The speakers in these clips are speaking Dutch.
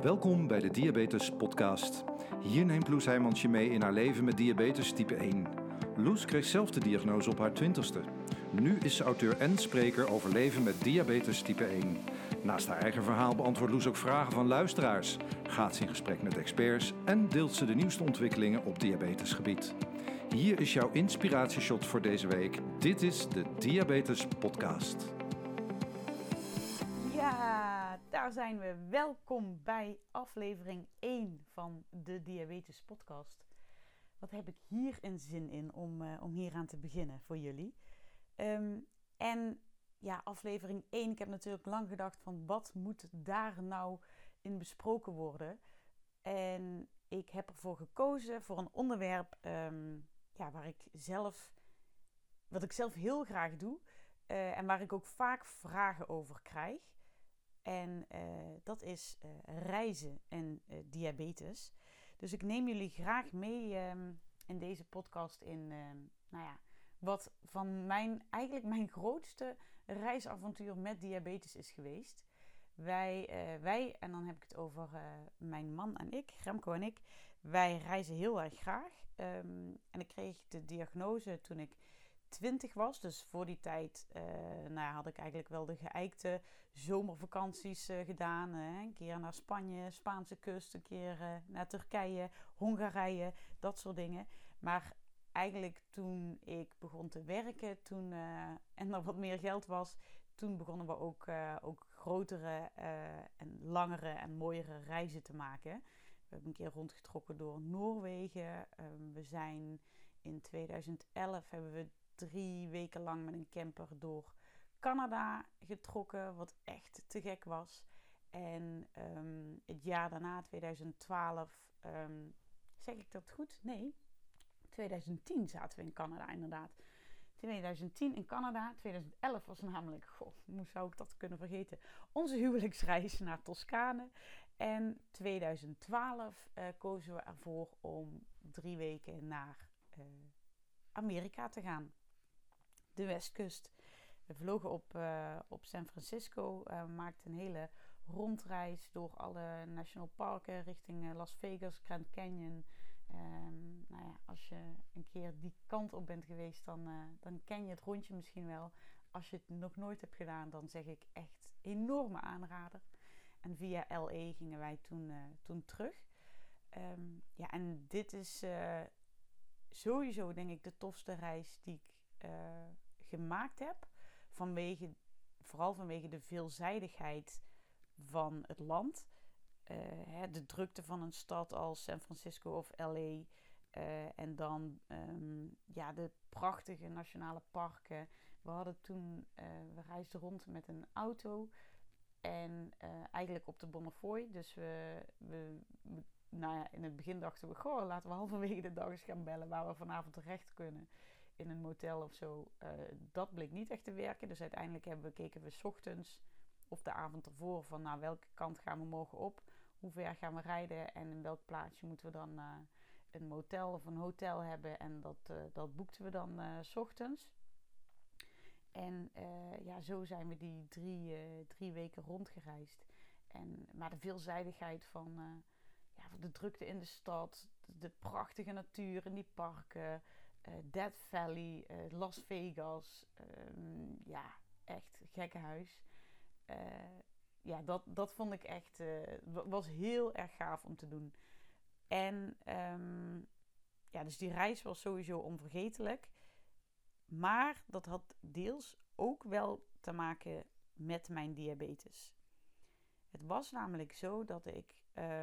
Welkom bij de Diabetes Podcast. Hier neemt Loes Heijmans je mee in haar leven met diabetes type 1. Loes kreeg zelf de diagnose op haar 20ste. Nu is ze auteur en spreker over leven met diabetes type 1. Naast haar eigen verhaal beantwoordt Loes ook vragen van luisteraars, gaat ze in gesprek met experts en deelt ze de nieuwste ontwikkelingen op diabetesgebied. Hier is jouw inspiratieshot voor deze week. Dit is de Diabetes Podcast. Ja, daar zijn we. Welkom bij aflevering 1 van de Diabetes Podcast. Wat heb ik hier een zin in om hier aan te beginnen voor jullie. En ja, aflevering 1. Ik heb natuurlijk lang gedacht van wat moet daar nou in besproken worden. En ik heb ervoor gekozen voor een onderwerp wat ik zelf heel graag doe. En waar ik ook vaak vragen over krijg. En dat is reizen en diabetes. Dus ik neem jullie graag mee in deze podcast in wat van mijn grootste reisavontuur met diabetes is geweest. Wij, en dan heb ik het over mijn man en ik, Remco en ik, wij reizen heel erg graag. En ik kreeg de diagnose toen ik 20 was. Dus voor die tijd had ik eigenlijk wel de geëikte zomervakanties gedaan. Een keer naar Spanje, Spaanse kust, een keer naar Turkije, Hongarije, dat soort dingen. Maar eigenlijk toen ik begon te werken en er wat meer geld was, toen begonnen we ook grotere en langere en mooiere reizen te maken. We hebben een keer rondgetrokken door Noorwegen. We zijn in 2011 hebben we 3 weken lang met een camper door Canada getrokken, wat echt te gek was. En het jaar daarna, 2012, zeg ik dat goed? Nee, 2010 zaten we in Canada inderdaad. 2010 in Canada, 2011 was namelijk, hoe zou ik dat kunnen vergeten, onze huwelijksreis naar Toscane. En 2012 kozen we ervoor om 3 weken naar Amerika te gaan. De Westkust. We vlogen op San Francisco, maakten een hele rondreis door alle national parken richting Las Vegas, Grand Canyon. Als je een keer die kant op bent geweest, dan ken je het rondje misschien wel. Als je het nog nooit hebt gedaan, dan zeg ik echt enorme aanrader. En via LA gingen wij toen terug. En dit is sowieso denk ik de tofste reis die ik gemaakt heb. Vooral vanwege de veelzijdigheid van het land. De drukte van een stad als San Francisco of LA. En dan de prachtige nationale parken. We reisden rond met een auto. En eigenlijk op de Bonnefoy. Dus in het begin dachten we, laten we halverwege de dag eens gaan bellen waar we vanavond terecht kunnen. In een motel of zo. Dat bleek niet echt te werken. Dus uiteindelijk keken we 's ochtends of de avond ervoor van welke kant gaan we morgen op. Hoe ver gaan we rijden en in welk plaatsje moeten we dan een motel of een hotel hebben. En dat boekten we dan 's ochtends. En zo zijn we die drie weken rondgereisd. Maar de veelzijdigheid van de drukte in de stad, de prachtige natuur in die parken, Death Valley, Las Vegas, echt gekkenhuis. Dat vond ik echt, was heel erg gaaf om te doen. En dus die reis was sowieso onvergetelijk. Maar dat had deels ook wel te maken met mijn diabetes. Het was namelijk zo dat ik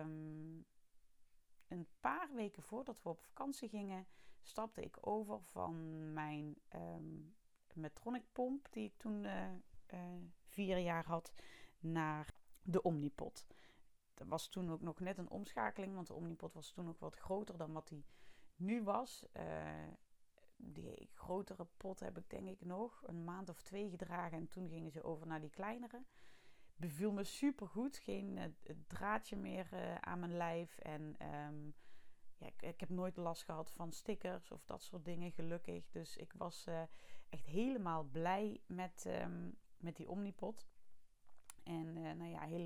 een paar weken voordat we op vakantie gingen, stapte ik over van mijn Medtronic pomp, die ik toen 4 jaar had, naar de Omnipod. Dat was toen ook nog net een omschakeling, want de Omnipod was toen nog wat groter dan wat die nu was. Die grotere pot heb ik denk ik nog een maand of 2 gedragen en toen gingen ze over naar die kleinere. Beviel me super goed, geen draadje meer aan mijn lijf en ik heb nooit last gehad van stickers of dat soort dingen, gelukkig. Dus ik was echt helemaal blij met die Omnipod. En hele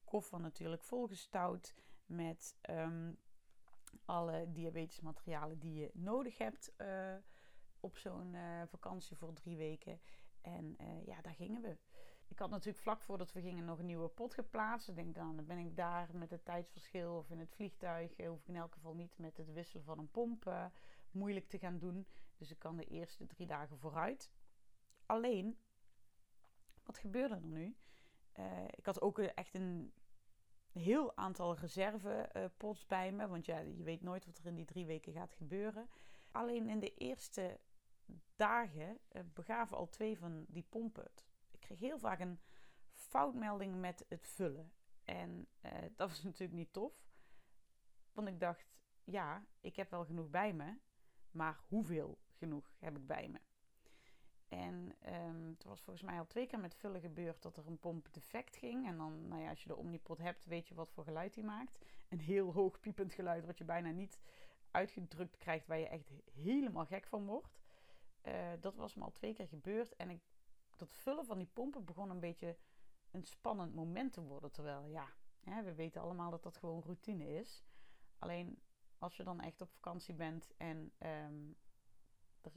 koffer natuurlijk volgestouwd met alle diabetesmaterialen die je nodig hebt op zo'n vakantie voor 3 weken. En daar gingen we. Ik had natuurlijk vlak voordat we gingen nog een nieuwe pot geplaatst. Ik denk dan ben ik daar met het tijdsverschil of in het vliegtuig. Hoef ik in elk geval niet met het wisselen van een pomp moeilijk te gaan doen. Dus ik kan de eerste 3 dagen vooruit. Alleen, wat gebeurde er nu? Ik had ook echt een heel aantal reservepots bij me. Want ja, je weet nooit wat er in die 3 weken gaat gebeuren. Alleen in de eerste dagen begaven al 2 van die pompen het. Ik kreeg heel vaak een foutmelding met het vullen. En dat was natuurlijk niet tof. Want ik dacht, ja, ik heb wel genoeg bij me. Maar hoeveel genoeg heb ik bij me? En het was volgens mij al 2 keer met vullen gebeurd dat er een pomp defect ging. En dan, als je de Omnipod hebt, weet je wat voor geluid die maakt. Een heel hoog piepend geluid wat je bijna niet uitgedrukt krijgt, waar je echt helemaal gek van wordt. Dat was me al 2 keer gebeurd. En dat vullen van die pompen begon een beetje een spannend moment te worden. Terwijl, we weten allemaal dat dat gewoon routine is. Alleen als je dan echt op vakantie bent en er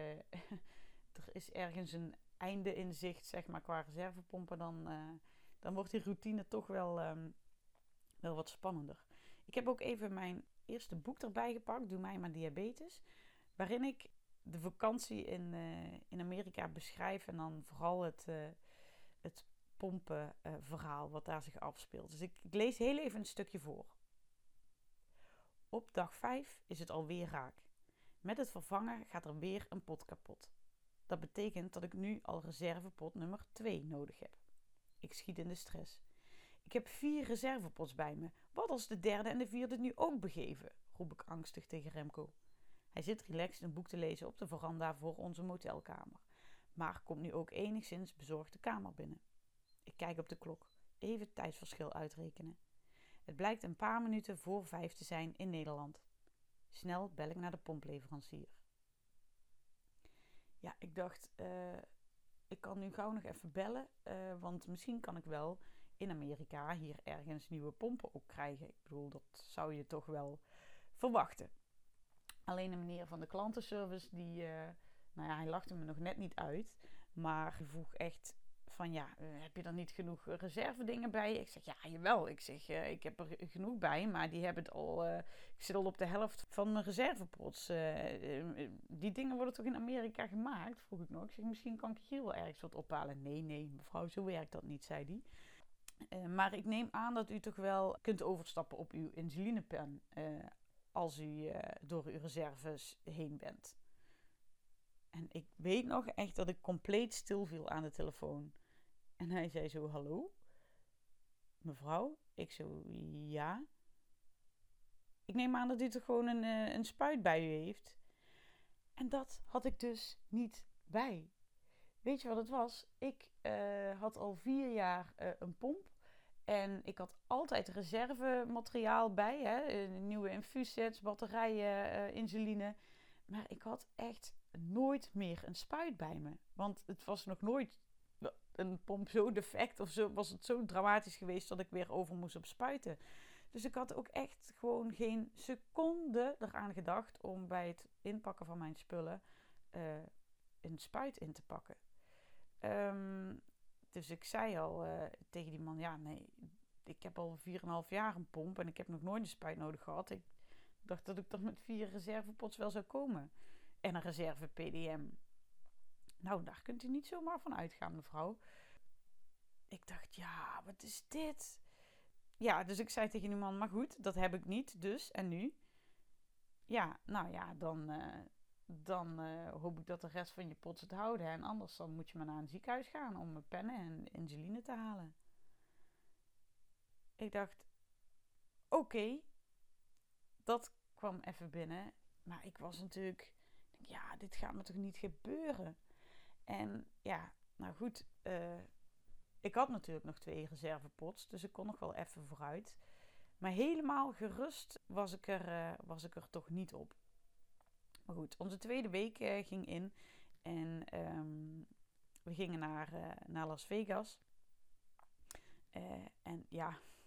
is ergens een einde in zicht, zeg maar, qua reservepompen, dan wordt die routine toch wel wat spannender. Ik heb ook even mijn eerste boek erbij gepakt, Doe mij maar diabetes, waarin ik de vakantie in Amerika beschrijf en dan vooral het pompenverhaal wat daar zich afspeelt. Dus ik lees heel even een stukje voor. Op dag 5 is het alweer raak. Met het vervangen gaat er weer een pot kapot. Dat betekent dat ik nu al reservepot nummer 2 nodig heb. Ik schiet in de stress. Ik heb 4 reservepots bij me. Wat als de 3e en de 4e nu ook begeven? Roep ik angstig tegen Remco. Hij zit relaxed een boek te lezen op de veranda voor onze motelkamer. Maar komt nu ook enigszins bezorgd de kamer binnen. Ik kijk op de klok. Even tijdsverschil uitrekenen. Het blijkt een paar minuten voor 5 te zijn in Nederland. Snel bel ik naar de pompleverancier. Ja, ik dacht, ik kan nu gauw nog even bellen. Want misschien kan ik wel in Amerika hier ergens nieuwe pompen ook krijgen. Ik bedoel, dat zou je toch wel verwachten. Alleen de meneer van de klantenservice, hij lachte me nog net niet uit. Maar hij vroeg echt van, heb je dan niet genoeg reserve dingen bij? Ik zeg, ja, jawel. Ik zeg, ik heb er genoeg bij, maar die hebben het al... ik zit al op de helft van mijn reservepots. Die dingen worden toch in Amerika gemaakt? Vroeg ik nog. Ik zeg, misschien kan ik hier wel ergens wat ophalen. Nee, mevrouw, zo werkt dat niet, zei hij. Maar ik neem aan dat u toch wel kunt overstappen op uw insulinepen... als u door uw reserves heen bent. En ik weet nog echt dat ik compleet stil viel aan de telefoon. En hij zei zo, hallo? Mevrouw? Ik zo, ja? Ik neem aan dat u toch gewoon een spuit bij u heeft? En dat had ik dus niet bij. Weet je wat het was? Ik had al 4 jaar een pomp. En ik had altijd reservemateriaal bij. Hè? Nieuwe infuussets, batterijen, insuline. Maar ik had echt nooit meer een spuit bij me. Want het was nog nooit een pomp zo defect. Of zo, was het zo dramatisch geweest dat ik weer over moest op spuiten. Dus ik had ook echt gewoon geen seconde eraan gedacht om bij het inpakken van mijn spullen een spuit in te pakken. Dus ik zei al tegen die man, nee, ik heb al 4,5 jaar een pomp en ik heb nog nooit een spuit nodig gehad. Ik dacht dat ik toch met 4 reservepots wel zou komen. En een reserve PDM. Nou, daar kunt u niet zomaar van uitgaan, mevrouw. Ik dacht, ja, wat is dit? Ja, dus ik zei tegen die man, maar goed, dat heb ik niet, dus, en nu? Ja, nou ja, dan hoop ik dat de rest van je pots het houden. En anders dan moet je maar naar een ziekenhuis gaan om pennen en insuline te halen. Ik dacht, oké, dat kwam even binnen. Maar ik was natuurlijk, dit gaat me toch niet gebeuren? En ja, nou goed, ik had natuurlijk nog 2 reservepots, dus ik kon nog wel even vooruit. Maar helemaal gerust was ik er toch niet op. Maar goed, onze tweede week ging in en we gingen naar Las Vegas. En ja,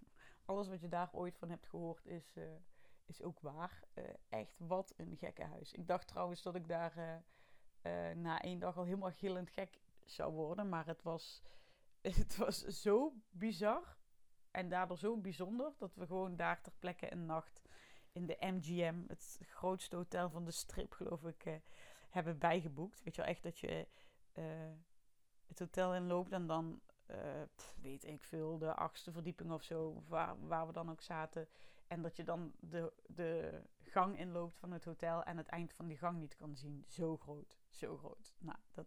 alles wat je daar ooit van hebt gehoord is ook waar. Echt, wat een gekkenhuis. Ik dacht trouwens dat ik daar na 1 dag al helemaal gillend gek zou worden. Maar het was zo bizar en daardoor zo bijzonder dat we gewoon daar ter plekke een nacht in de MGM, het grootste hotel van de strip, geloof ik, hebben bijgeboekt. Weet je wel, echt dat je het hotel inloopt en dan, weet ik veel, de 8e verdieping of zo, waar we dan ook zaten. En dat je dan de gang inloopt van het hotel en het eind van die gang niet kan zien. Zo groot, zo groot. Nou, dat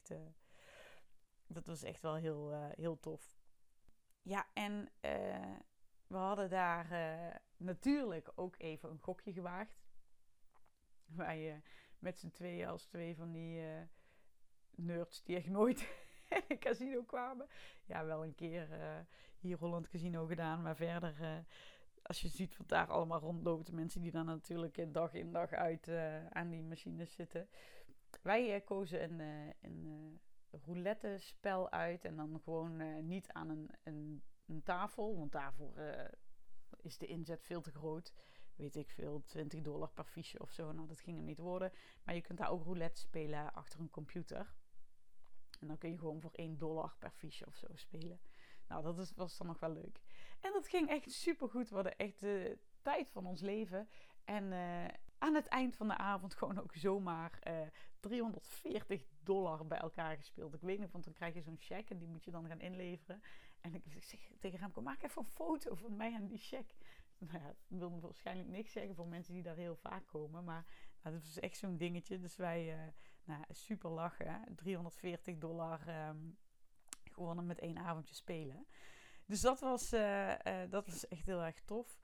was echt wel heel tof. Ja, en we hadden daar natuurlijk ook even een gokje gewaagd. Wij met z'n tweeën als 2 van die nerds die echt nooit in een casino kwamen. Ja, wel een keer hier Holland Casino gedaan, maar verder... als je ziet wat daar allemaal rondloopt, de mensen die dan natuurlijk dag in dag uit aan die machines zitten. Wij kozen een roulette spel uit en dan gewoon niet aan een tafel, want daarvoor is de inzet veel te groot. Weet ik veel, $20 per fiche of zo. Nou, dat ging hem niet worden. Maar je kunt daar ook roulette spelen achter een computer. En dan kun je gewoon voor $1 per fiche of zo spelen. Nou, was dan nog wel leuk. En dat ging echt super goed. We hadden echt de tijd van ons leven. En aan het eind van de avond gewoon ook zomaar $340 bij elkaar gespeeld. Ik weet nog, want dan krijg je zo'n cheque en die moet je dan gaan inleveren. En ik zeg tegen Remco, maak even een foto van mij en die cheque. Nou ja, dat wil waarschijnlijk niks zeggen voor mensen die daar heel vaak komen. Maar nou, dat was echt zo'n dingetje. Dus wij super lachen. Hè? $340 gewonnen met 1 avondje spelen. Dus dat was echt heel erg tof.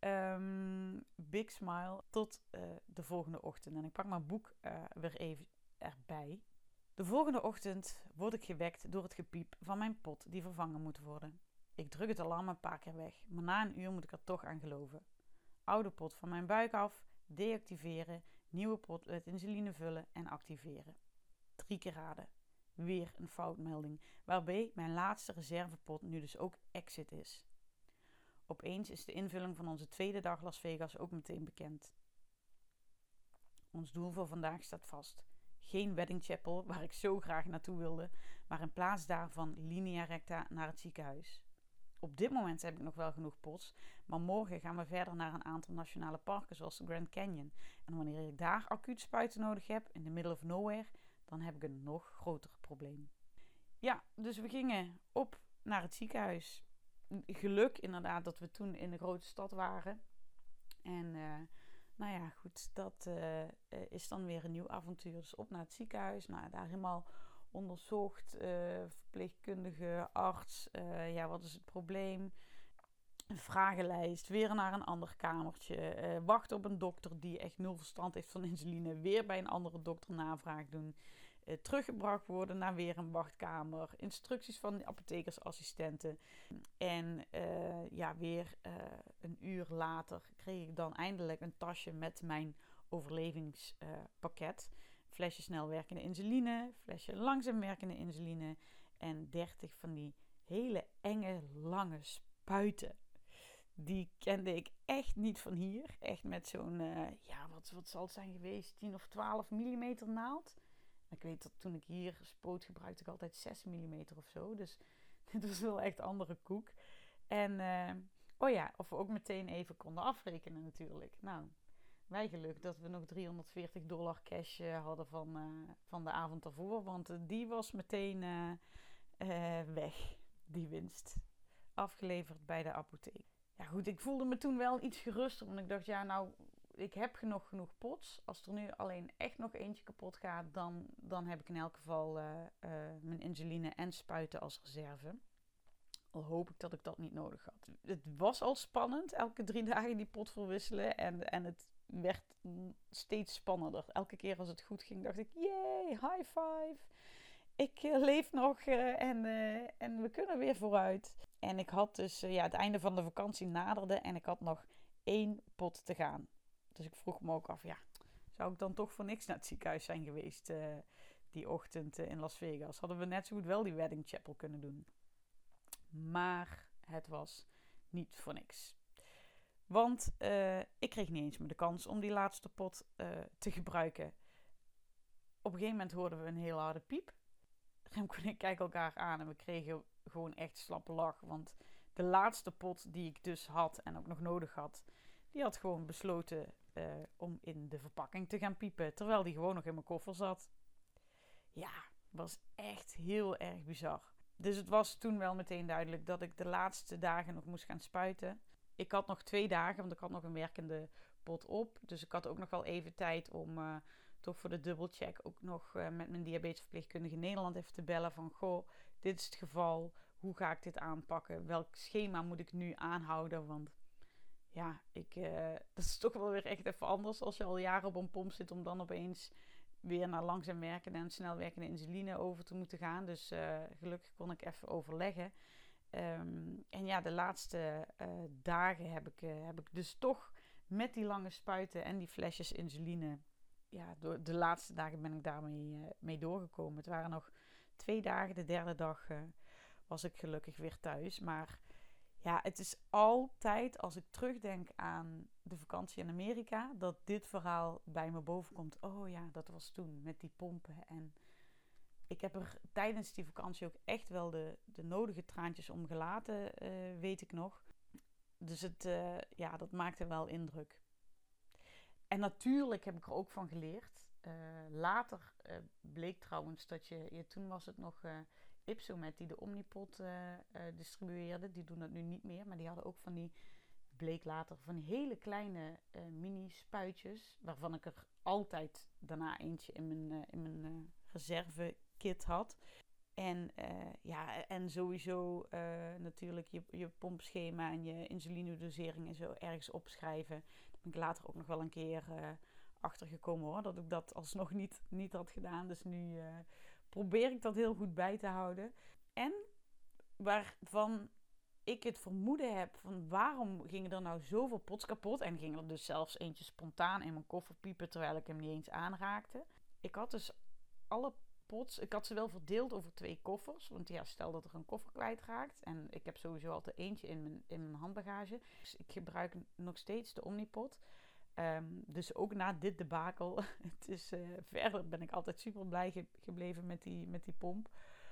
Big smile tot de volgende ochtend. En ik pak mijn boek weer even erbij. De volgende ochtend word ik gewekt door het gepiep van mijn pot die vervangen moet worden. Ik druk het alarm een paar keer weg, maar na 1 uur moet ik er toch aan geloven. Oude pot van mijn buik af, deactiveren, nieuwe pot met insuline vullen en activeren. 3 keer raden. Weer een foutmelding, waarbij mijn laatste reservepot nu dus ook exit is. Opeens is de invulling van onze tweede dag Las Vegas ook meteen bekend. Ons doel voor vandaag staat vast. Geen wedding chapel, waar ik zo graag naartoe wilde, maar in plaats daarvan linea recta naar het ziekenhuis. Op dit moment heb ik nog wel genoeg pots, maar morgen gaan we verder naar een aantal nationale parken zoals de Grand Canyon. En wanneer ik daar acuut spuiten nodig heb, in the middle of nowhere, dan heb ik een nog groter probleem. Ja, dus we gingen op naar het ziekenhuis. Geluk inderdaad dat we toen in de grote stad waren. En nou ja, goed, dat is dan weer een nieuw avontuur. Dus op naar het ziekenhuis. Nou, daar helemaal onderzocht. Verpleegkundige, arts. Ja, wat is het probleem? Een vragenlijst. Weer naar een ander kamertje. Wachten op een dokter die echt 0 verstand heeft van insuline. Weer bij een andere dokter navraag doen. Teruggebracht worden naar weer een wachtkamer. Instructies van de apothekersassistenten. En weer 1 uur later kreeg ik dan eindelijk een tasje met mijn overlevingspakket. Flesje snel werkende insuline, flesje langzaam werkende insuline en 30 van die hele enge, lange spuiten. Die kende ik echt niet van hier. Echt met zo'n, wat zal het zijn geweest? 10 of 12 millimeter naald. Ik weet dat toen ik hier spoot gebruikte ik altijd 6 millimeter of zo. Dus dit was wel echt andere koek. En of we ook meteen even konden afrekenen natuurlijk. Nou, wij geluk dat we nog $340 cash hadden van de avond daarvoor. Want die was meteen weg, die winst. Afgeleverd bij de apotheek. Ja goed, ik voelde me toen wel iets geruster. Want ik dacht, ik heb genoeg pots. Als er nu alleen echt nog eentje kapot gaat, dan heb ik in elk geval mijn insuline en spuiten als reserve. Al hoop ik dat ik dat niet nodig had. Het was al spannend, elke 3 dagen die pot verwisselen. En het werd steeds spannender. Elke keer als het goed ging, dacht ik, yay, high five. Ik leef nog en we kunnen weer vooruit. En ik had dus, het einde van de vakantie naderde en ik had nog 1 pot te gaan. Dus ik vroeg me ook af, zou ik dan toch voor niks naar het ziekenhuis zijn geweest die ochtend in Las Vegas? Hadden we net zo goed wel die wedding chapel kunnen doen. Maar het was niet voor niks. Want ik kreeg niet eens meer de kans om die laatste pot te gebruiken. Op een gegeven moment hoorden we een heel harde piep. Remco en ik kijken elkaar aan en we kregen gewoon echt slappe lach. Want de laatste pot die ik dus had en ook nog nodig had, die had gewoon besloten om in de verpakking te gaan piepen. Terwijl die gewoon nog in mijn koffer zat. Ja, was echt heel erg bizar. Dus het was toen wel meteen duidelijk dat ik de laatste dagen nog moest gaan spuiten. Ik had nog 2 dagen, want ik had nog een werkende pot op. Dus ik had ook nog wel even tijd om toch voor de dubbelcheck ook nog met mijn diabetesverpleegkundige in Nederland even te bellen van goh, dit is het geval. Hoe ga ik dit aanpakken? Welk schema moet ik nu aanhouden? Want ja, dat is toch wel weer echt even anders als je al jaren op een pomp zit om dan opeens weer naar langzaam werkende en snel werkende insuline over te moeten gaan. Dus gelukkig kon ik even overleggen. En ja, de laatste dagen heb ik dus toch met die lange spuiten en die flesjes insuline, ja, door de laatste dagen ben ik daarmee mee doorgekomen. Het waren nog 2 dagen. De 3e dag was ik gelukkig weer thuis. Maar ja, het is altijd als ik terugdenk aan de vakantie in Amerika, dat dit verhaal bij me boven komt. Oh ja, dat was toen met die pompen. En ik heb er tijdens die vakantie ook echt wel de nodige traantjes om gelaten, weet ik nog. Dus dat maakte wel indruk. En natuurlijk heb ik er ook van geleerd. Later bleek trouwens dat toen was het nog Ypsomed die de Omnipod distribueerde. Die doen dat nu niet meer, maar die hadden ook bleek later van die hele kleine mini spuitjes, waarvan ik er altijd daarna eentje in mijn reservekit had. En sowieso natuurlijk je pompschema en je insulinedosering en zo ergens opschrijven. Daar ben ik later ook nog wel een keer achtergekomen hoor, dat ik dat alsnog niet had gedaan. Dus nu probeer ik dat heel goed bij te houden. En waarvan ik het vermoeden heb van waarom gingen er nou zoveel pots kapot. En ging er dus zelfs eentje spontaan in mijn koffer piepen terwijl ik hem niet eens aanraakte. Ik had dus alle pots, ik had ze wel verdeeld over 2 koffers. Want ja, stel dat er een koffer kwijtraakt. En ik heb sowieso altijd eentje in mijn handbagage. Dus ik gebruik nog steeds de Omnipod. Dus ook na dit debakel, het is, verder ben ik altijd super blij gebleven met die pomp.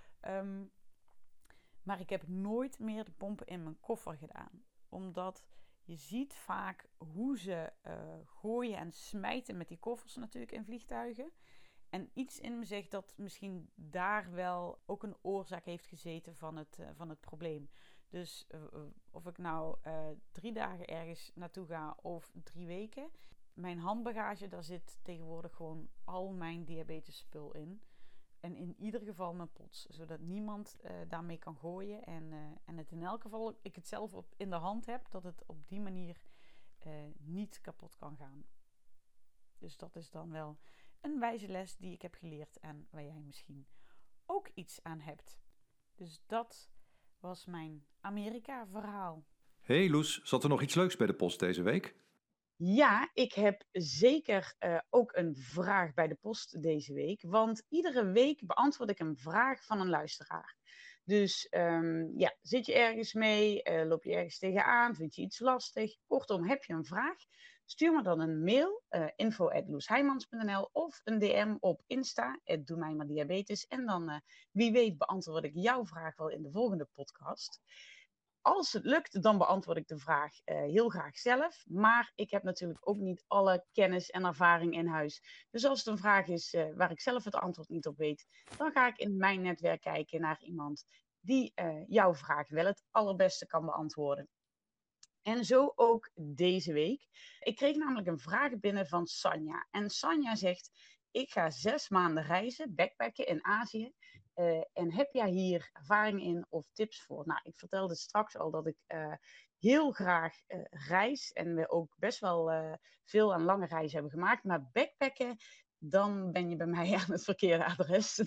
Maar ik heb nooit meer de pompen in mijn koffer gedaan. Omdat je ziet vaak hoe ze gooien en smijten met die koffers natuurlijk in vliegtuigen. En iets in me zegt dat misschien daar wel ook een oorzaak heeft gezeten van het probleem. Dus of ik nou 3 dagen ergens naartoe ga of 3 weken. Mijn handbagage, daar zit tegenwoordig gewoon al mijn diabetesspul in. En in ieder geval mijn pots. Zodat niemand daarmee kan gooien. En het in elk geval, ik het zelf in de hand heb. Dat het op die manier niet kapot kan gaan. Dus dat is dan wel een wijze les die ik heb geleerd. En waar jij misschien ook iets aan hebt. Dus dat was mijn Amerika verhaal. Hey Loes, zat er nog iets leuks bij de post deze week? Ja, ik heb zeker ook een vraag bij de post deze week. Want iedere week beantwoord ik een vraag van een luisteraar. Dus zit je ergens mee? Loop je ergens tegenaan? Vind je iets lastig? Kortom, heb je een vraag? Stuur me dan een mail, info@loesheijmans.nl of een DM op Insta, @doemijmaardiabetes. En dan, wie weet, beantwoord ik jouw vraag wel in de volgende podcast. Als het lukt, dan beantwoord ik de vraag heel graag zelf. Maar ik heb natuurlijk ook niet alle kennis en ervaring in huis. Dus als het een vraag is waar ik zelf het antwoord niet op weet, dan ga ik in mijn netwerk kijken naar iemand die jouw vraag wel het allerbeste kan beantwoorden. En zo ook deze week. Ik kreeg namelijk een vraag binnen van Sanja. En Sanja zegt, ik ga 6 maanden reizen, backpacken in Azië. En heb jij hier ervaring in of tips voor? Nou, ik vertelde straks al dat ik heel graag reis. En we ook best wel veel aan lange reizen hebben gemaakt. Maar backpacken, dan ben je bij mij aan het verkeerde adres.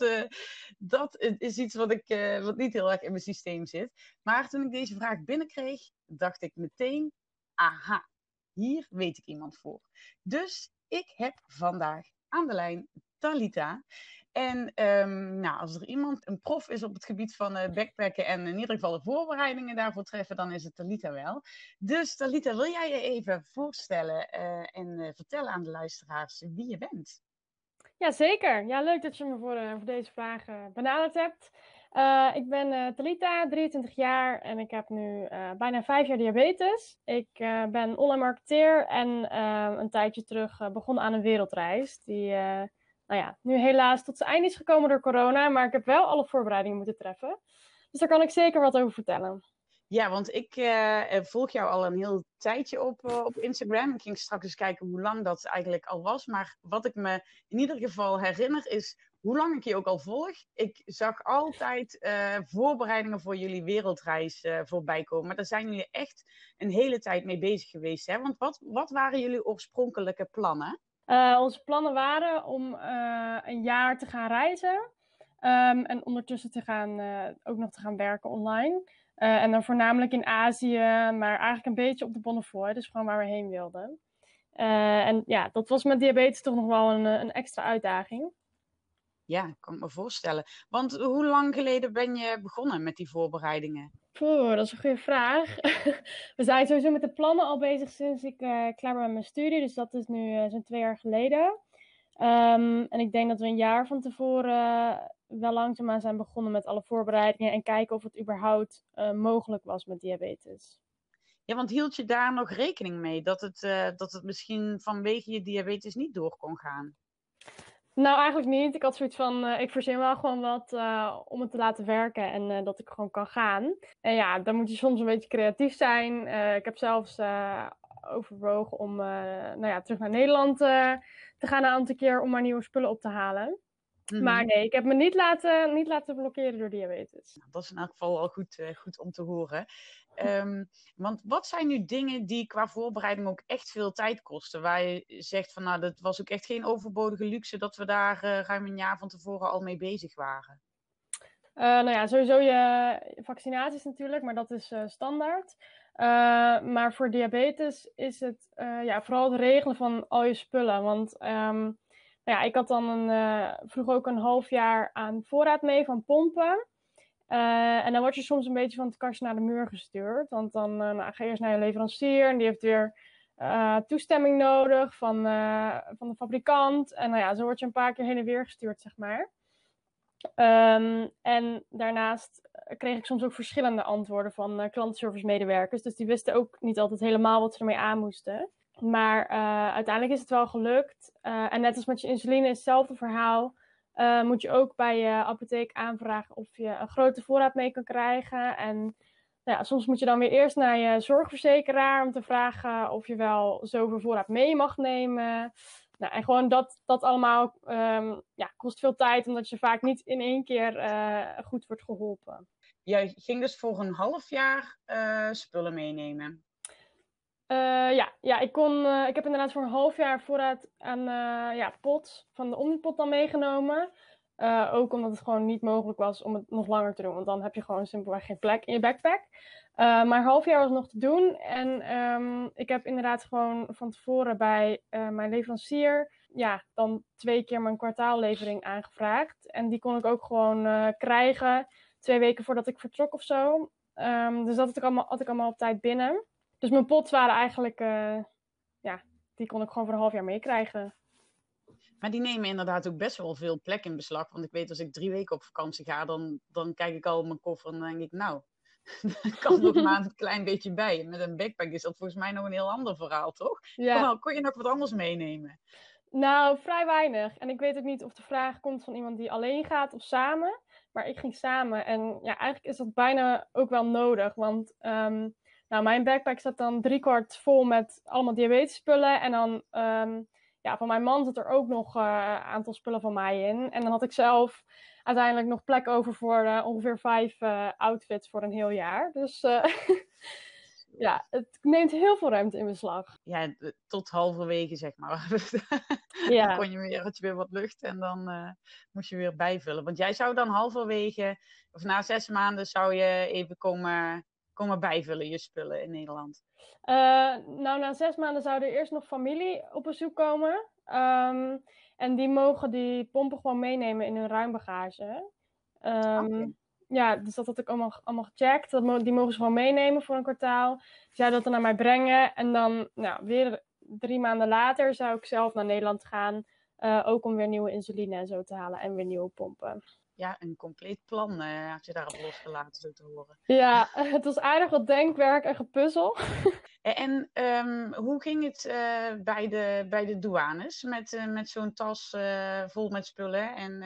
Dat is iets wat niet heel erg in mijn systeem zit. Maar toen ik deze vraag binnenkreeg, dacht ik meteen, hier weet ik iemand voor. Dus ik heb vandaag aan de lijn Talita. En als er iemand een prof is op het gebied van backpacken en in ieder geval de voorbereidingen daarvoor treffen, dan is het Talita wel. Dus Talita, wil jij je even voorstellen en vertellen aan de luisteraars wie je bent? Ja, zeker. Ja, leuk dat je me voor deze vraag benaderd hebt. Ik ben Talita, 23 jaar en ik heb nu bijna 5 jaar diabetes. Ik ben online marketeer en een tijdje terug begonnen aan een wereldreis. Die nu helaas tot zijn einde is gekomen door corona, maar ik heb wel alle voorbereidingen moeten treffen. Dus daar kan ik zeker wat over vertellen. Ja, want ik volg jou al een heel tijdje op Instagram. Ik ging straks eens kijken hoe lang dat eigenlijk al was. Maar wat ik me in ieder geval herinner is hoe lang ik je ook al volg. Ik zag altijd voorbereidingen voor jullie wereldreis voorbij komen. Maar daar zijn jullie echt een hele tijd mee bezig geweest. Hè? Want wat waren jullie oorspronkelijke plannen? Onze plannen waren om een jaar te gaan reizen. En ondertussen ook nog te gaan werken online. En dan voornamelijk in Azië, maar eigenlijk een beetje op de Bonnefoy. Dus gewoon waar we heen wilden. En ja, dat was met diabetes toch nog wel een extra uitdaging. Ja, kan ik me voorstellen. Want hoe lang geleden ben je begonnen met die voorbereidingen? Dat is een goede vraag. We zijn sowieso met de plannen al bezig sinds ik klaar ben met mijn studie. Dus dat is nu zo'n 2 jaar geleden. En ik denk dat we een jaar van tevoren wel langzaamaan zijn begonnen met alle voorbereidingen en kijken of het überhaupt mogelijk was met diabetes. Ja, want hield je daar nog rekening mee dat het misschien vanwege je diabetes niet door kon gaan? Nou, eigenlijk niet. Ik had zoiets van, ik verzin wel gewoon wat om het te laten werken en dat ik gewoon kan gaan. En ja, dan moet je soms een beetje creatief zijn. Ik heb zelfs overwogen om terug naar Nederland te gaan een aantal keer om maar nieuwe spullen op te halen. Mm-hmm. Maar nee, ik heb me niet laten blokkeren door diabetes. Nou, dat is in elk geval al goed om te horen. Want wat zijn nu dingen die qua voorbereiding ook echt veel tijd kosten? Waar je zegt van nou, dat was ook echt geen overbodige luxe dat we daar ruim een jaar van tevoren al mee bezig waren. Sowieso je vaccinaties natuurlijk, maar dat is standaard. Maar voor diabetes is het vooral het regelen van al je spullen. Want ik had dan vroeg ook een half jaar aan voorraad mee van pompen. En dan word je soms een beetje van het kastje naar de muur gestuurd. Want dan ga je eerst naar je leverancier en die heeft weer toestemming nodig van de fabrikant. En zo word je een paar keer heen en weer gestuurd, zeg maar. En daarnaast kreeg ik soms ook verschillende antwoorden van klantenservice medewerkers. Dus die wisten ook niet altijd helemaal wat ze ermee aan moesten. Maar uiteindelijk is het wel gelukt. En net als met je insuline is hetzelfde verhaal. Moet je ook bij je apotheek aanvragen of je een grote voorraad mee kan krijgen. En soms moet je dan weer eerst naar je zorgverzekeraar om te vragen of je wel zoveel voorraad mee mag nemen. Nou, en gewoon dat allemaal kost veel tijd, omdat je vaak niet in één keer goed wordt geholpen. Jij ging dus voor een half jaar spullen meenemen? Ik heb inderdaad voor een half jaar voorraad aan pot van de Omnipot dan meegenomen. Ook omdat het gewoon niet mogelijk was om het nog langer te doen. Want dan heb je gewoon simpelweg geen plek in je backpack. Maar een half jaar was nog te doen. En ik heb inderdaad gewoon van tevoren bij mijn leverancier dan 2 keer mijn kwartaallevering aangevraagd. En die kon ik ook gewoon krijgen 2 weken voordat ik vertrok of zo. Dus dat had ik allemaal op tijd binnen. Dus mijn pots waren eigenlijk, die kon ik gewoon voor een half jaar meekrijgen. Maar die nemen inderdaad ook best wel veel plek in beslag. Want ik weet, als ik 3 weken op vakantie ga, dan kijk ik al op mijn koffer en dan denk ik, nou, er kan nog maar een klein beetje bij. Met een backpack is dat volgens mij nog een heel ander verhaal, toch? Ja. Kon je nog wat anders meenemen? Nou, vrij weinig. En ik weet ook niet of de vraag komt van iemand die alleen gaat of samen. Maar ik ging samen. En ja, eigenlijk is dat bijna ook wel nodig. Want mijn backpack staat dan 3/4 vol met allemaal diabetesspullen. En dan van mijn man zit er ook nog een aantal spullen van mij in. En dan had ik zelf uiteindelijk nog plek over voor ongeveer 5 outfits voor een heel jaar. Dus het neemt heel veel ruimte in beslag. Ja, tot halverwege zeg maar. Dan had je weer wat lucht en dan moest je weer bijvullen. Want jij zou dan halverwege, of na 6 maanden zou je even komen bijvullen je spullen in Nederland? Na 6 maanden zou er eerst nog familie op bezoek komen. En die mogen die pompen gewoon meenemen in hun ruimbagage. Oké. Ja, dus dat had ik allemaal gecheckt. Die mogen ze gewoon meenemen voor een kwartaal. Die zouden dat dan naar mij brengen. En dan weer 3 maanden later zou ik zelf naar Nederland gaan. Ook om weer nieuwe insuline en zo te halen. En weer nieuwe pompen. Ja, een compleet plan had je daarop losgelaten, zo te horen. Ja, het was aardig wat denkwerk en gepuzzel. En hoe ging het bij de douanes met zo'n tas vol met spullen en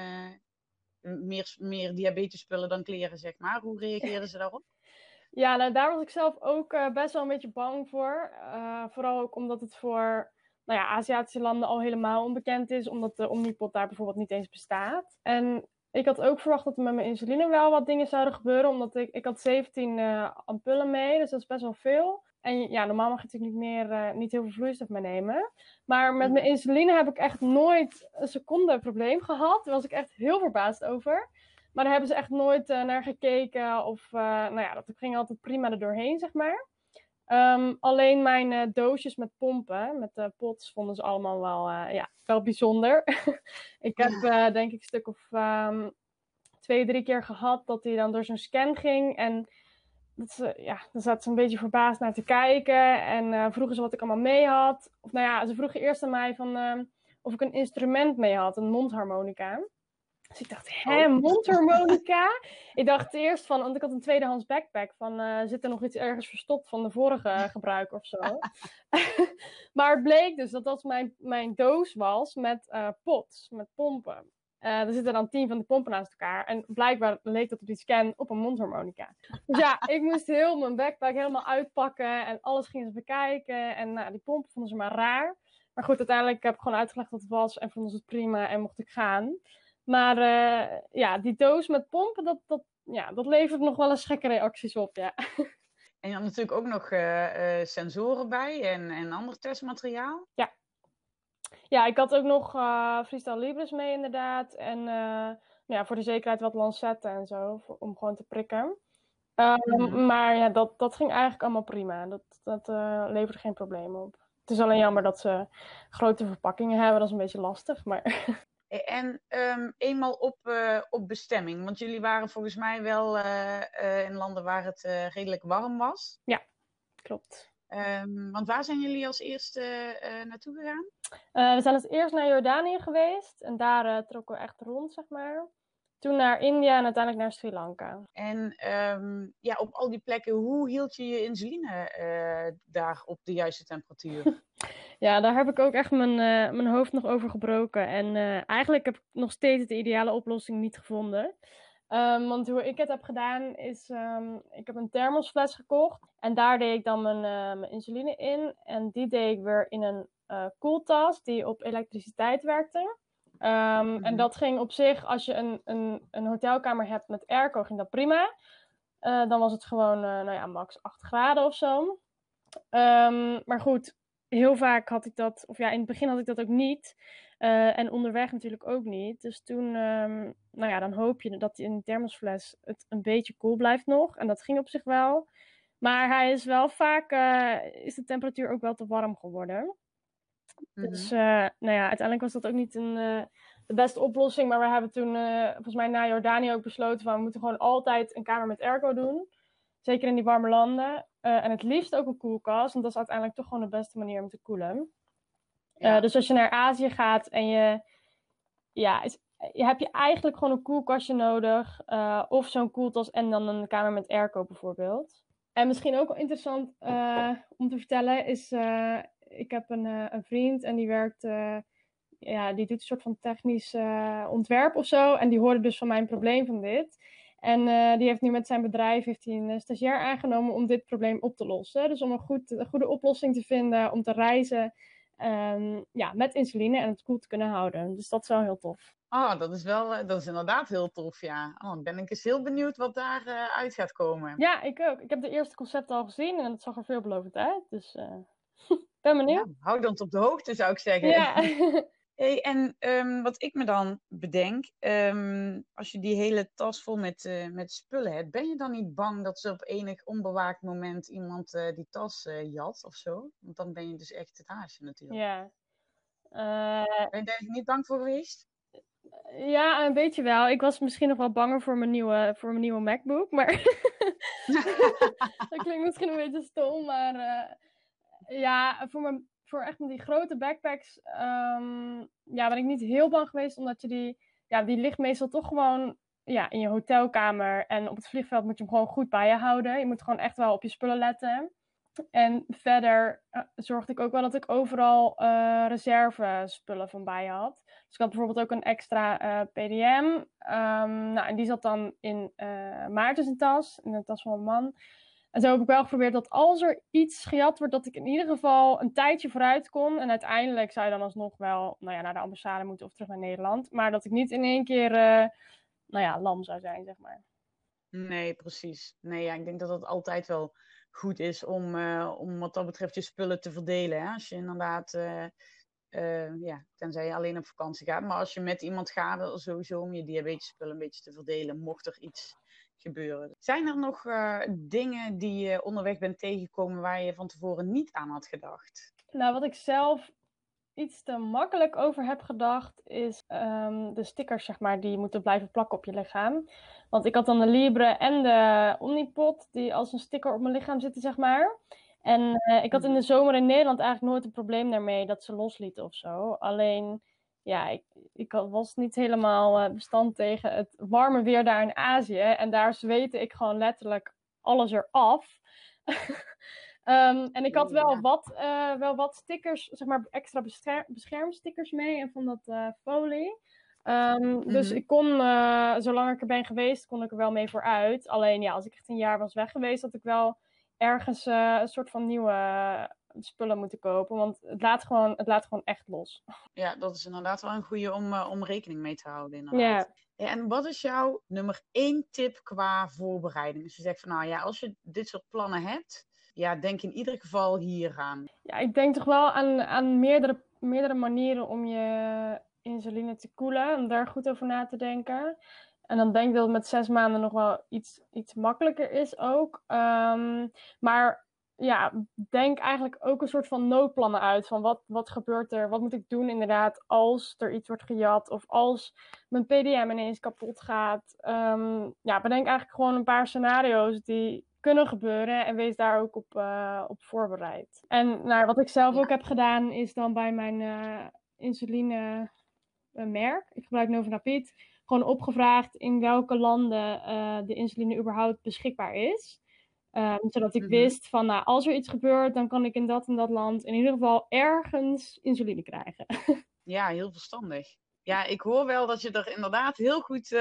meer diabetespullen dan kleren, zeg maar? Hoe reageerden ze daarop? Ja, nou, daar was ik zelf ook best wel een beetje bang voor. Vooral ook omdat het voor Aziatische landen al helemaal onbekend is. Omdat de Omnipod daar bijvoorbeeld niet eens bestaat. En ik had ook verwacht dat er met mijn insuline wel wat dingen zouden gebeuren. Omdat ik had 17 ampullen mee, dus dat is best wel veel. En ja, normaal mag je natuurlijk niet heel veel vloeistof meenemen. Maar met mijn insuline heb ik echt nooit een seconde probleem gehad. Daar was ik echt heel verbaasd over. Maar daar hebben ze echt nooit naar gekeken. Of dat ging altijd prima er doorheen, zeg maar. Alleen mijn doosjes met pompen, met de pots, vonden ze allemaal wel bijzonder. Ik heb denk ik een stuk of 2, 3 keer gehad dat hij dan door zo'n scan ging. En dan zaten ze een beetje verbaasd naar te kijken. En vroegen ze wat ik allemaal mee had. Of ze vroegen eerst aan mij of ik een instrument mee had, een mondharmonica. Dus ik dacht, mondharmonica? Ik dacht eerst want ik had een tweedehands backpack, zit er nog iets ergens verstopt van de vorige gebruiker of zo. Maar het bleek dus dat dat mijn doos was met pots, met pompen. Er zitten dan 10 van die pompen naast elkaar. En blijkbaar leek dat op die scan op een mondharmonica. Dus ja, ik moest heel mijn backpack helemaal uitpakken. En alles gingen ze bekijken. En die pompen vonden ze maar raar. Maar goed, uiteindelijk heb ik gewoon uitgelegd wat het was. En vonden ze het prima en mocht ik gaan. Maar die doos met pompen, dat levert nog wel eens gekke reacties op, ja. En je had natuurlijk ook nog sensoren bij en ander testmateriaal. Ja, ik had ook nog Freestyle Libres mee inderdaad. En voor de zekerheid wat lancetten en zo, om gewoon te prikken. Maar ja, dat ging eigenlijk allemaal prima. Dat leverde geen probleem op. Het is alleen jammer dat ze grote verpakkingen hebben. Dat is een beetje lastig, maar... En eenmaal op bestemming, want jullie waren volgens mij wel in landen waar het redelijk warm was. Ja, klopt. Want waar zijn jullie als eerste naartoe gegaan? We zijn als eerst naar Jordanië geweest en daar trokken we echt rond, zeg maar. Toen naar India en uiteindelijk naar Sri Lanka. En op al die plekken, hoe hield je je insuline daar op de juiste temperatuur? Ja, daar heb ik ook echt mijn hoofd nog over gebroken. En eigenlijk heb ik nog steeds de ideale oplossing niet gevonden. Want hoe ik het heb gedaan is, ik heb een thermosfles gekocht. En daar deed ik dan mijn insuline in. En die deed ik weer in een koeltas die op elektriciteit werkte. En dat ging op zich, als je een hotelkamer hebt met airco, ging dat prima. Dan was het gewoon max 8 graden of zo. Maar goed, heel vaak had ik dat, of ja, in het begin had ik dat ook niet. En onderweg natuurlijk ook niet. Dus toen, dan hoop je dat in de thermosfles het een beetje koel blijft nog. En dat ging op zich wel. Maar hij is wel vaak, is de temperatuur ook wel te warm geworden. Dus uiteindelijk was dat ook niet de beste oplossing. Maar we hebben toen, volgens mij na Jordanië ook besloten van, we moeten gewoon altijd een kamer met airco doen. Zeker in die warme landen. En het liefst ook een koelkast, want dat is uiteindelijk toch gewoon de beste manier om te koelen. Ja. Dus als je naar Azië gaat en je hebt je eigenlijk gewoon een koelkastje nodig. Of zo'n koeltas en dan een kamer met airco bijvoorbeeld. En misschien ook wel interessant om te vertellen is, ik heb een vriend en die werkt, die doet een soort van technisch ontwerp of zo. En die hoorde dus van mijn probleem van dit. En die heeft nu met zijn bedrijf een stagiair aangenomen om dit probleem op te lossen. Dus om een goede oplossing te vinden om te reizen met insuline en het koel te kunnen houden. Dus dat is wel heel tof. Oh, dat is inderdaad heel tof, ja. Oh, dan ben ik eens heel benieuwd wat daar uit gaat komen. Ja, ik ook. Ik heb de eerste concepten al gezien en het zag er veelbelovend uit. Dus ben benieuwd. Ja, hou dan op de hoogte, zou ik zeggen. Ja. Hey, en wat ik me dan bedenk, als je die hele tas vol met spullen hebt, ben je dan niet bang dat ze op enig onbewaakt moment iemand die tas jat of zo? Want dan ben je dus echt het haasje natuurlijk. Ja. Ben je daar niet bang voor geweest? Ja, een beetje wel. Ik was misschien nog wel banger voor mijn nieuwe MacBook, maar dat klinkt misschien een beetje stom, maar ja, voor echt met die grote backpacks ben ik niet heel bang geweest, omdat die ligt meestal toch gewoon in je hotelkamer en op het vliegveld moet je hem gewoon goed bij je houden. Je moet gewoon echt wel op je spullen letten. En verder zorgde ik ook wel dat ik overal reservespullen van bij had. Dus ik had bijvoorbeeld ook een extra PDM. En die zat dan in Maarten tas, in de tas van mijn man. En zo heb ik wel geprobeerd dat als er iets gejat wordt, dat ik in ieder geval een tijdje vooruit kon. En uiteindelijk zou je dan alsnog wel naar de ambassade moeten of terug naar Nederland. Maar dat ik niet in één keer lam zou zijn, zeg maar. Nee, precies. Nee, ja, ik denk dat het altijd wel goed is om wat dat betreft je spullen te verdelen. Hè? Als je inderdaad, tenzij je alleen op vakantie gaat. Maar als je met iemand gaat, dan sowieso om je diabetesspullen een beetje te verdelen, mocht er iets gebeuren. Zijn er nog dingen die je onderweg bent tegengekomen waar je van tevoren niet aan had gedacht? Nou, wat ik zelf iets te makkelijk over heb gedacht, is de stickers, zeg maar, die moeten blijven plakken op je lichaam. Want ik had dan de Libre en de Omnipod, die als een sticker op mijn lichaam zitten, zeg maar. En ik had in de zomer in Nederland eigenlijk nooit een probleem daarmee dat ze loslieten of zo. Alleen, ik was niet helemaal bestand tegen het warme weer daar in Azië. En daar zweette ik gewoon letterlijk alles eraf. En ik had wel wat stickers, zeg maar extra beschermstickers mee en van dat folie. Dus ik kon, zolang ik er ben geweest, kon ik er wel mee vooruit. Alleen als ik echt een jaar was weg geweest, had ik wel ergens een soort van nieuwe spullen moeten kopen. Want het laat gewoon echt los. Ja, dat is inderdaad wel een goede om rekening mee te houden. Inderdaad. Ja, en wat is jouw nummer 1 tip qua voorbereiding? Dus je zegt van als je dit soort plannen hebt, denk in ieder geval hier aan. Ja, ik denk toch wel aan meerdere manieren om je insuline te koelen. Om daar goed over na te denken. En dan denk ik dat het met 6 maanden nog wel iets makkelijker is ook. Maar denk eigenlijk ook een soort van noodplannen uit. Van wat gebeurt er? Wat moet ik doen inderdaad als er iets wordt gejat? Of als mijn PDM ineens kapot gaat? Bedenk eigenlijk gewoon een paar scenario's die kunnen gebeuren. En wees daar ook op voorbereid. En wat ik zelf ook heb gedaan is dan bij mijn insuline merk. Ik gebruik Novinapid. Gewoon opgevraagd in welke landen de insuline überhaupt beschikbaar is. Zodat ik wist van, als er iets gebeurt, dan kan ik in dat en dat land in ieder geval ergens insuline krijgen. Ja, heel verstandig. Ja, ik hoor wel dat je er inderdaad heel goed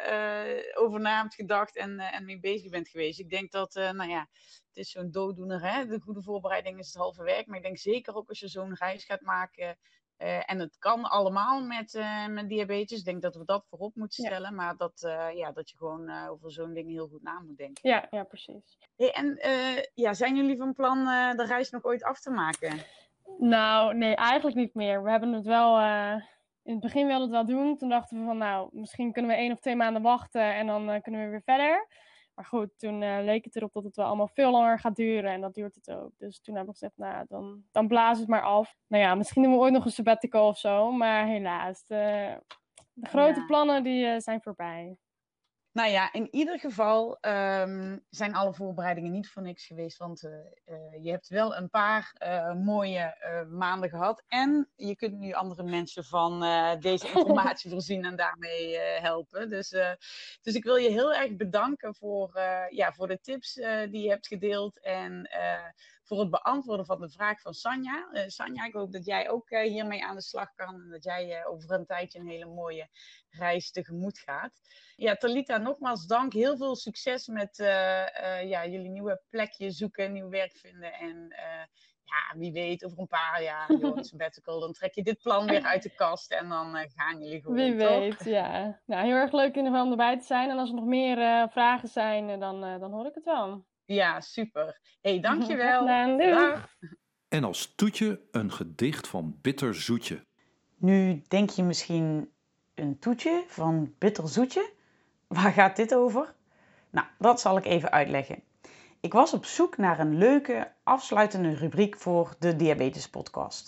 over na hebt gedacht en mee bezig bent geweest. Ik denk dat, het is zo'n dooddoener, hè? De goede voorbereiding is het halve werk. Maar ik denk zeker ook als je zo'n reis gaat maken. En het kan allemaal met diabetes. Ik denk dat we dat voorop moeten stellen. Ja. Maar dat je gewoon over zo'n ding heel goed na moet denken. Ja, precies. Hey, en zijn jullie van plan de reis nog ooit af te maken? Nou, nee, eigenlijk niet meer. We hebben het wel... in het begin wilden we het wel doen. Toen dachten we van, misschien kunnen we 1 of 2 maanden wachten. En dan kunnen we weer verder. Maar goed, toen leek het erop dat het wel allemaal veel langer gaat duren. En dat duurt het ook. Dus toen hebben we gezegd, dan blazen het maar af. Misschien doen we ooit nog een sabbatical of zo. Maar helaas, de grote plannen die zijn voorbij. Nou ja, in ieder geval zijn alle voorbereidingen niet voor niks geweest. Want je hebt wel een paar mooie maanden gehad. En je kunt nu andere mensen van deze informatie voorzien en daarmee helpen. Dus ik wil je heel erg bedanken voor de tips die je hebt gedeeld. En voor het beantwoorden van de vraag van Sanja. Sanja, ik hoop dat jij ook hiermee aan de slag kan. En dat jij over een tijdje een hele mooie reis tegemoet gaat. Ja, Talita, nogmaals dank. Heel veel succes met jullie nieuwe plekje zoeken, nieuw werk vinden. En wie weet, over een paar jaar, een sabbatical, dan trek je dit plan weer uit de kast en dan gaan jullie gewoon. Wie weet, ja. Nou, heel erg leuk in ieder geval om erbij te zijn. En als er nog meer vragen zijn, dan hoor ik het wel. Ja, super. Hey, dankjewel. Dag. En als toetje een gedicht van Bitter Zoetje. Nu denk je misschien een toetje van Bitter Zoetje? Waar gaat dit over? Nou, dat zal ik even uitleggen. Ik was op zoek naar een leuke, afsluitende rubriek voor de Diabetes Podcast.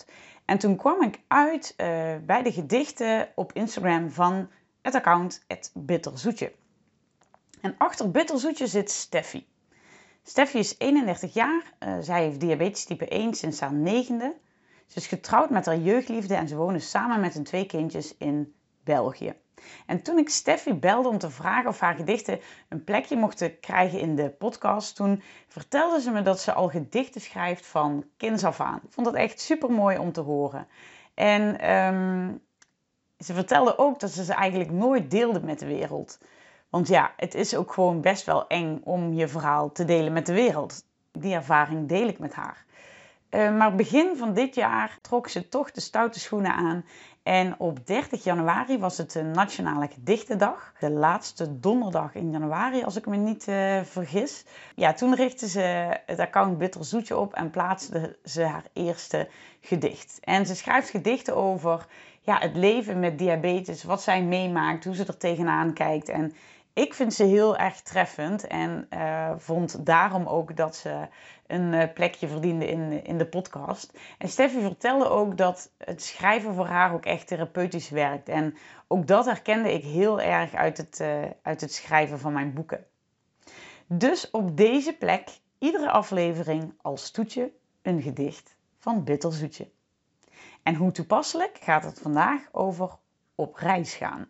En toen kwam ik uit bij de gedichten op Instagram van het account @bitterzoetje. En achter Bitterzoetje zit Steffi. Steffi is 31 jaar. Zij heeft diabetes type 1 sinds haar 9e. Ze is getrouwd met haar jeugdliefde en ze wonen samen met hun 2 kindjes in België. En toen ik Steffi belde om te vragen of haar gedichten een plekje mochten krijgen in de podcast, toen vertelde ze me dat ze al gedichten schrijft van kinds af aan. Ik vond dat echt super mooi om te horen. En ze vertelde ook dat ze eigenlijk nooit deelde met de wereld. Want ja, het is ook gewoon best wel eng om je verhaal te delen met de wereld. Die ervaring deel ik met haar. Maar begin van dit jaar trok ze toch de stoute schoenen aan. En op 30 januari was het de Nationale Gedichtendag. De laatste donderdag in januari, als ik me niet vergis. Ja, toen richtte ze het account Bitterzoetje op en plaatste ze haar eerste gedicht. En ze schrijft gedichten over het leven met diabetes, wat zij meemaakt, hoe ze er tegenaan kijkt. En ik vind ze heel erg treffend en vond daarom ook dat ze een plekje verdiende in de podcast. En Steffi vertelde ook dat het schrijven voor haar ook echt therapeutisch werkt. En ook dat herkende ik heel erg uit het schrijven van mijn boeken. Dus op deze plek, iedere aflevering als toetje, een gedicht van Bitterzoetje. En hoe toepasselijk gaat het vandaag over op reis gaan.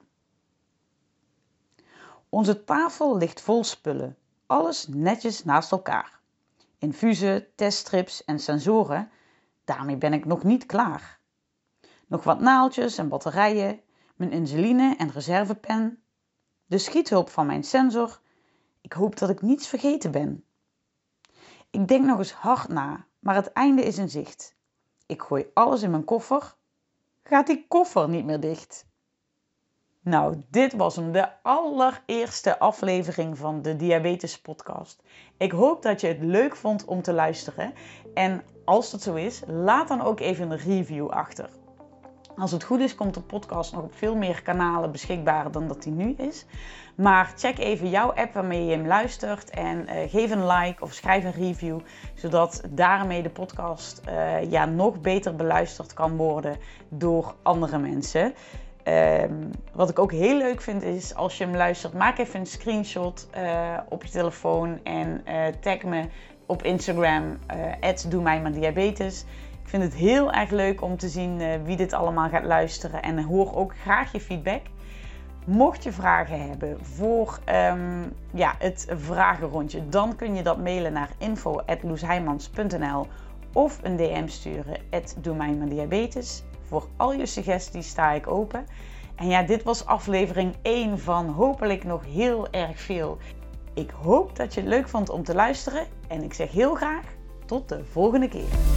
Onze tafel ligt vol spullen, alles netjes naast elkaar. Infusen, teststrips en sensoren, daarmee ben ik nog niet klaar. Nog wat naaldjes en batterijen, mijn insuline en reservepen, de schiethulp van mijn sensor. Ik hoop dat ik niets vergeten ben. Ik denk nog eens hard na, maar het einde is in zicht. Ik gooi alles in mijn koffer. Gaat die koffer niet meer dicht? Nou, dit was hem, de allereerste aflevering van de Diabetes Podcast. Ik hoop dat je het leuk vond om te luisteren. En als dat zo is, laat dan ook even een review achter. Als het goed is, komt de podcast nog op veel meer kanalen beschikbaar dan dat die nu is. Maar check even jouw app waarmee je hem luistert en geef een like of schrijf een review. Zodat daarmee de podcast nog beter beluisterd kan worden door andere mensen. Wat ik ook heel leuk vind is, als je hem luistert, maak even een screenshot op je telefoon en tag me op Instagram, @doemijmaardiabetes. Ik vind het heel erg leuk om te zien wie dit allemaal gaat luisteren en hoor ook graag je feedback. Mocht je vragen hebben voor het vragenrondje, dan kun je dat mailen naar info@loesheijmans.nl of een DM sturen @doemijmaardiabetes. Voor al je suggesties sta ik open. En ja, dit was aflevering 1 van hopelijk nog heel erg veel. Ik hoop dat je het leuk vond om te luisteren. En ik zeg heel graag tot de volgende keer.